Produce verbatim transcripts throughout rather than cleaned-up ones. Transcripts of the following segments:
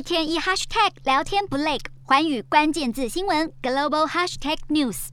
天一 hashtag 聊天不累，寰宇关键字新闻 global hashtag news。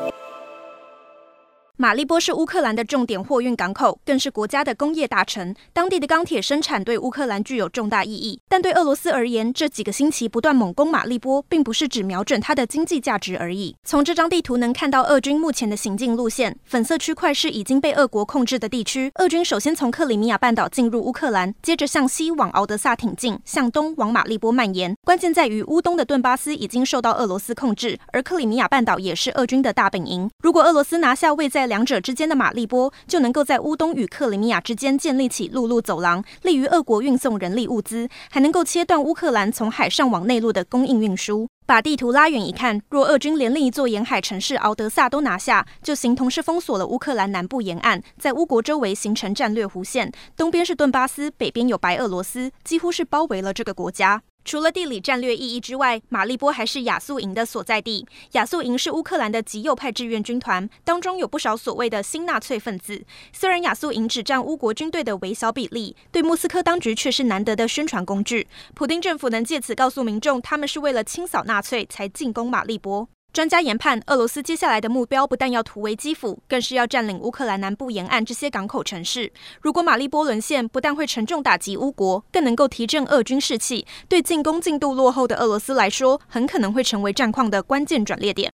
马利波是乌克兰的重点货运港口，更是国家的工业大城。当地的钢铁生产对乌克兰具有重大意义，但对俄罗斯而言，这几个星期不断猛攻马利波，并不是只瞄准它的经济价值而已。从这张地图能看到俄军目前的行进路线，粉色区块是已经被俄国控制的地区。俄军首先从克里米亚半岛进入乌克兰，接着向西往敖德萨挺进，向东往马利波蔓延。关键在于乌东的顿巴斯已经受到俄罗斯控制，而克里米亚半岛也是俄军的大本营。如果俄罗斯拿下位在两者之间的马利波，就能够在乌东与克里米亚之间建立起陆路走廊，利于俄国运送人力物资，还能够切断乌克兰从海上往内陆的供应运输。把地图拉远一看，若俄军连另一座沿海城市敖德萨都拿下，就形同是封锁了乌克兰南部沿岸，在乌国周围形成战略弧线，东边是顿巴斯，北边有白俄罗斯，几乎是包围了这个国家。除了地理战略意义之外，马利波还是亚速营的所在地。亚速营是乌克兰的极右派志愿军团，当中有不少所谓的新纳粹分子。虽然亚速营只占乌国军队的微小比例，对莫斯科当局却是难得的宣传工具。普丁政府能借此告诉民众，他们是为了清扫纳粹才进攻马利波。专家研判，俄罗斯接下来的目标不但要突围基辅，更是要占领乌克兰南部沿岸这些港口城市。如果马利波沦陷，不但会沉重打击乌国，更能够提振俄军士气。对进攻进度落后的俄罗斯来说，很可能会成为战况的关键转捩点。